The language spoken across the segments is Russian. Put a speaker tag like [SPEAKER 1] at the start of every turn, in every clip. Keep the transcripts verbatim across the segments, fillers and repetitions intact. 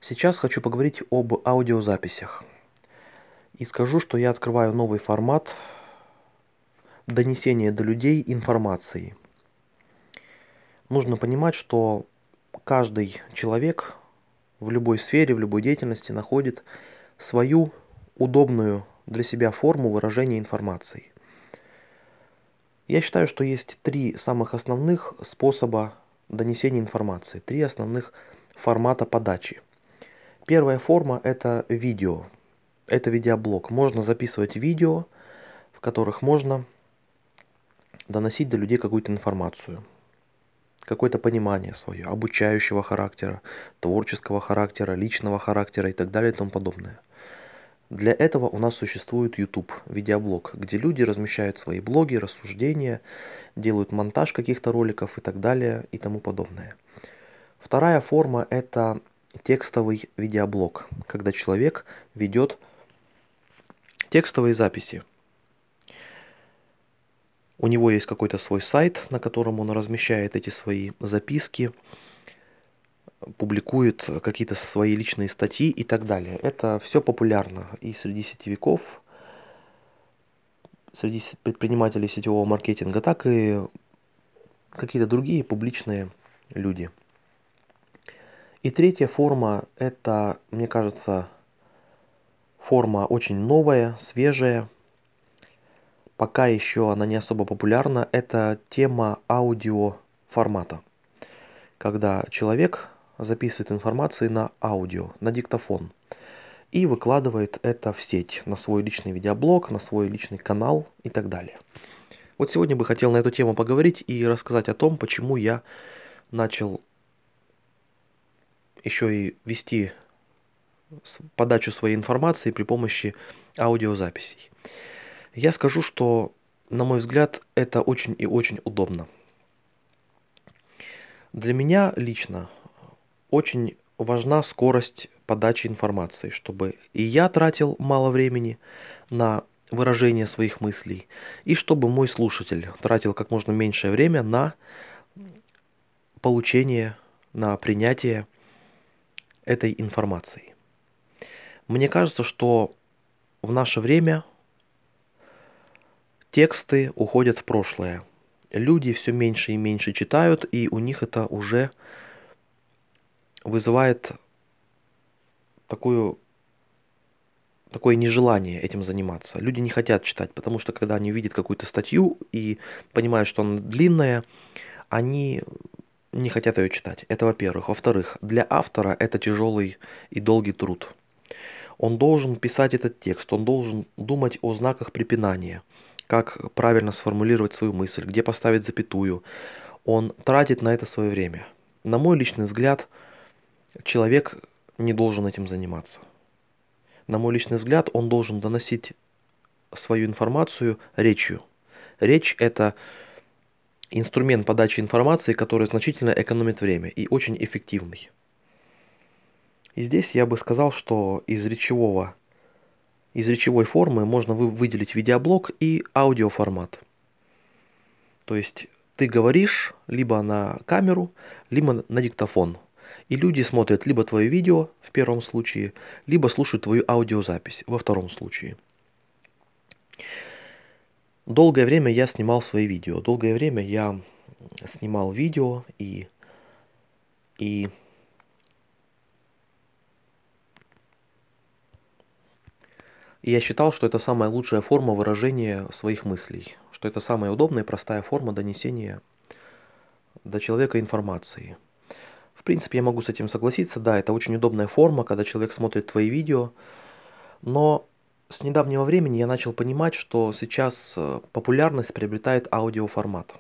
[SPEAKER 1] Сейчас хочу поговорить об аудиозаписях. И скажу, что я открываю новый формат донесения до людей информации. Нужно понимать, что каждый человек в любой сфере, в любой деятельности находит свою удобную для себя форму выражения информации. Я считаю, что есть три самых основных способа донесения информации, три основных формата подачи. Первая форма – это видео. Это видеоблог. Можно записывать видео, в которых можно доносить до людей какую-то информацию, какое-то понимание свое, обучающего характера, творческого характера, личного характера и так далее и тому подобное. Для этого у нас существует YouTube, видеоблог, где люди размещают свои блоги, рассуждения, делают монтаж каких-то роликов и так далее и тому подобное. Вторая форма – это текстовый видеоблог, когда человек ведет текстовые записи. У него есть какой-то свой сайт, на котором он размещает эти свои записки, публикует какие-то свои личные статьи и так далее. Это все популярно и среди сетевиков, среди предпринимателей сетевого маркетинга, так и какие-то другие публичные люди. И третья форма – это, мне кажется, форма очень новая, свежая. Пока еще она не особо популярна. Это тема аудиоформата, когда человек записывает информацию на аудио, на диктофон и выкладывает это в сеть, на свой личный видеоблог, на свой личный канал и так далее. Вот сегодня бы хотел на эту тему поговорить и рассказать о том, почему я начал еще и вести подачу своей информации при помощи аудиозаписей. Я скажу, что, на мой взгляд, это очень и очень удобно. Для меня лично очень важна скорость подачи информации, чтобы и я тратил мало времени на выражение своих мыслей, и чтобы мой слушатель тратил как можно меньшее время на получение, на принятие этой информации. Мне кажется, что в наше время тексты уходят в прошлое. Люди все меньше и меньше читают, и у них это уже вызывает такую, такое нежелание этим заниматься. Люди не хотят читать, потому что когда они видят какую-то статью и понимают, что она длинная, они не хотят ее читать. Это во-первых. Во-вторых, для автора это тяжелый и долгий труд. Он должен писать этот текст, он должен думать о знаках препинания, как правильно сформулировать свою мысль, где поставить запятую. Он тратит на это свое время. На мой личный взгляд, человек не должен этим заниматься. На мой личный взгляд, он должен доносить свою информацию речью. Речь – это инструмент подачи информации, который значительно экономит время и очень эффективный. И здесь я бы сказал, что из речевого, из речевой формы можно выделить видеоблог и аудиоформат. То есть ты говоришь либо на камеру, либо на диктофон. И люди смотрят либо твое видео в первом случае, либо слушают твою аудиозапись во втором случае. Долгое время я снимал свои видео. Долгое время я снимал видео и, и И я считал, что это самая лучшая форма выражения своих мыслей, что это самая удобная и простая форма донесения до человека информации. В принципе, я могу с этим согласиться, да, это очень удобная форма, когда человек смотрит твои видео, но с недавнего времени я начал понимать, что сейчас популярность приобретает аудиоформат.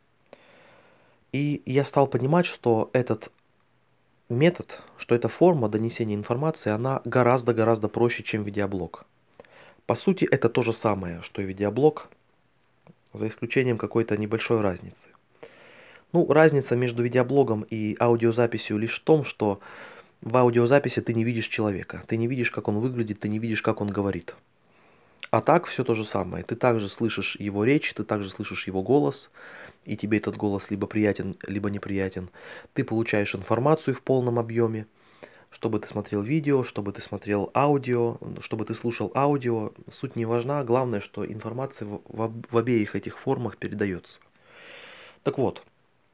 [SPEAKER 1] И я стал понимать, что этот метод, что эта форма донесения информации, она гораздо-гораздо проще, чем видеоблог. По сути, это то же самое, что и видеоблог, за исключением какой-то небольшой разницы. Ну, разница между видеоблогом и аудиозаписью лишь в том, что в аудиозаписи ты не видишь человека, ты не видишь, как он выглядит, ты не видишь, как он говорит. А так все то же самое. Ты также слышишь его речь, ты также слышишь его голос, и тебе этот голос либо приятен, либо неприятен. Ты получаешь информацию в полном объеме, Чтобы ты смотрел видео, чтобы ты смотрел аудио, чтобы ты слушал аудио, суть не важна, главное, что информация в, в, в обеих этих формах передается. Так вот,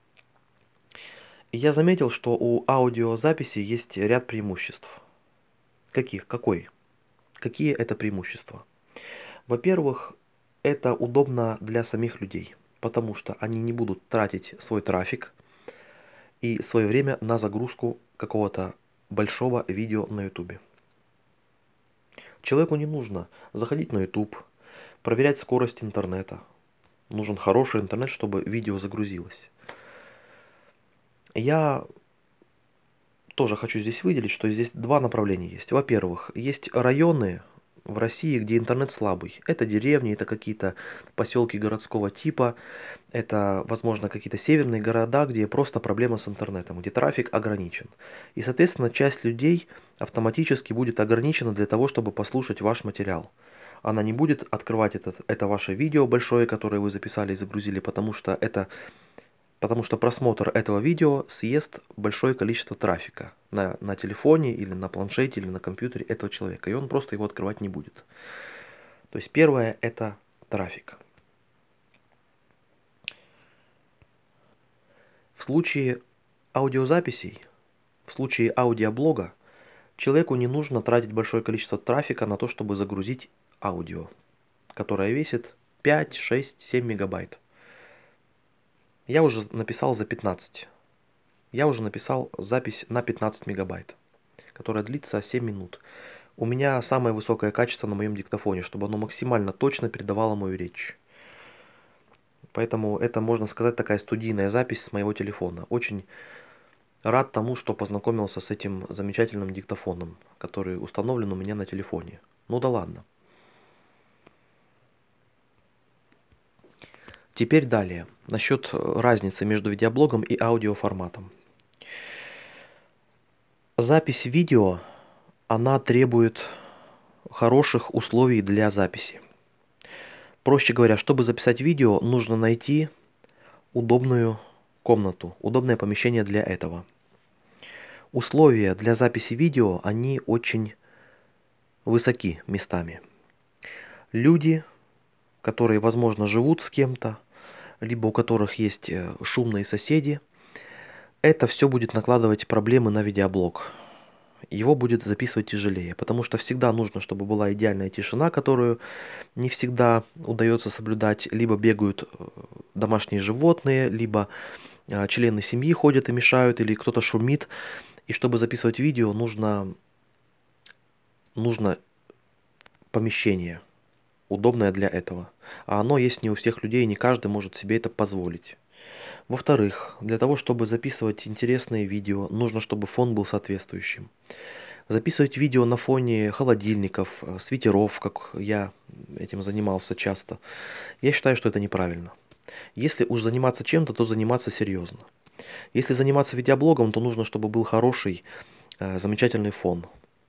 [SPEAKER 1] я заметил, что у аудиозаписи есть ряд преимуществ. Каких? Какой? Какие это преимущества? Во-первых, это удобно для самих людей, потому что они не будут тратить свой трафик и свое время на загрузку какого-то большого видео на YouTube. Человеку не нужно заходить на YouTube, проверять скорость интернета. Нужен хороший интернет, чтобы видео загрузилось. Я тоже хочу здесь выделить, что здесь два направления есть. Во-первых, есть районы в России, где интернет слабый. Это деревни, это какие-то поселки городского типа, это, возможно, какие-то северные города, где просто проблема с интернетом, где трафик ограничен. И, соответственно, часть людей автоматически будет ограничена для того, чтобы послушать ваш материал. Она не будет открывать этот, это ваше видео большое, которое вы записали и загрузили, потому что это Потому что просмотр этого видео съест большое количество трафика на, на телефоне или на планшете или на компьютере этого человека, и он просто его открывать не будет. То есть первое это трафик. В случае аудиозаписей, в случае аудиоблога, человеку не нужно тратить большое количество трафика на то, чтобы загрузить аудио, которое весит пять, шесть, семь мегабайт. Я уже написал за пятнадцать. Я уже написал запись на пятнадцать мегабайт, которая длится семь минут. У меня самое высокое качество на моем диктофоне, чтобы оно максимально точно передавало мою речь. Поэтому это, можно сказать, такая студийная запись с моего телефона. Очень рад тому, что познакомился с этим замечательным диктофоном, который установлен у меня на телефоне. Ну да ладно. Теперь далее, насчет разницы между видеоблогом и аудиоформатом. Запись видео, она требует хороших условий для записи. Проще говоря, чтобы записать видео, нужно найти удобную комнату, удобное помещение для этого. Условия для записи видео, они очень высоки местами. Люди, которые, возможно, живут с кем-то, либо у которых есть шумные соседи, это все будет накладывать проблемы на видеоблог. Его будет записывать тяжелее, потому что всегда нужно, чтобы была идеальная тишина, которую не всегда удается соблюдать, либо бегают домашние животные, либо члены семьи ходят и мешают, или кто-то шумит. И чтобы записывать видео, нужно, нужно помещение, удобное для этого. А оно есть не у всех людей, и не каждый может себе это позволить. Во-вторых, для того, чтобы записывать интересные видео, нужно, чтобы фон был соответствующим. Записывать видео на фоне холодильников, свитеров, как я этим занимался часто, я считаю, что это неправильно. Если уж заниматься чем-то, то заниматься серьезно. Если заниматься видеоблогом, то нужно, чтобы был хороший, э, замечательный фон.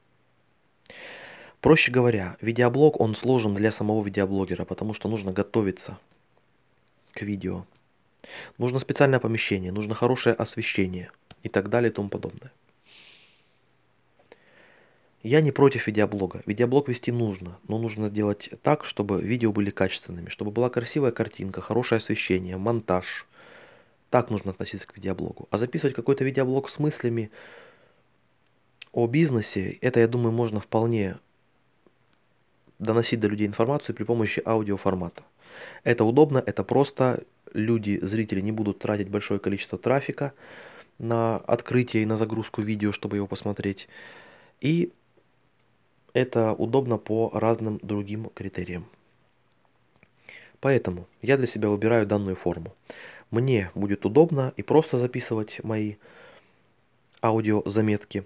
[SPEAKER 1] Проще говоря, видеоблог, он сложен для самого видеоблогера, потому что нужно готовиться к видео. Нужно специальное помещение, нужно хорошее освещение и так далее и тому подобное. Я не против видеоблога. Видеоблог вести нужно, но нужно делать так, чтобы видео были качественными, чтобы была красивая картинка, хорошее освещение, монтаж. Так нужно относиться к видеоблогу. А записывать какой-то видеоблог с мыслями о бизнесе, это, я думаю, можно вполне доносить до людей информацию при помощи аудиоформата. Это удобно, это просто. Люди, зрители не будут тратить большое количество трафика на открытие и на загрузку видео, чтобы его посмотреть. И это удобно по разным другим критериям. Поэтому я для себя выбираю данную форму. Мне будет удобно и просто записывать мои аудиозаметки.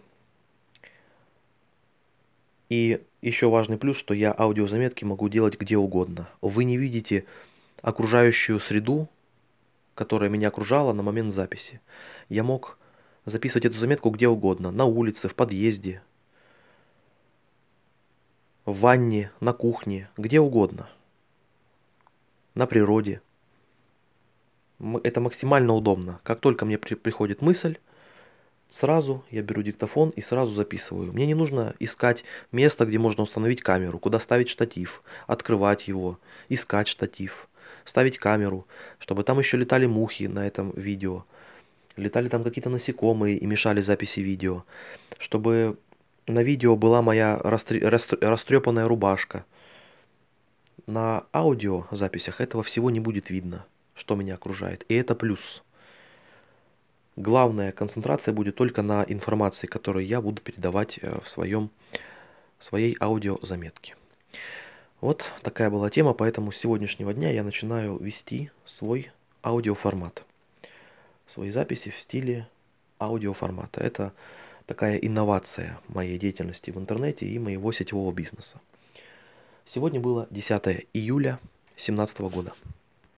[SPEAKER 1] И еще важный плюс, что я аудиозаметки могу делать где угодно. Вы не видите окружающую среду, которая меня окружала на момент записи. Я мог записывать эту заметку где угодно. На улице, в подъезде, в ванне, на кухне, где угодно. На природе. Это максимально удобно. Как только мне при- приходит мысль, Сразу я беру диктофон и сразу записываю. Мне не нужно искать место, где можно установить камеру, куда ставить штатив, открывать его, искать штатив, ставить камеру, чтобы там еще летали мухи на этом видео, летали там какие-то насекомые и мешали записи видео, чтобы на видео была моя растр- растр- растрепанная рубашка. На аудиозаписях этого всего не будет видно, что меня окружает. И это плюс. Главная концентрация будет только на информации, которую я буду передавать э, в своем, в своей аудиозаметке. Вот такая была тема, поэтому с сегодняшнего дня я начинаю вести свой аудиоформат. Свои записи в стиле аудиоформата. Это такая инновация моей деятельности в интернете и моего сетевого бизнеса. Сегодня было десятое июля две тысячи семнадцатого года.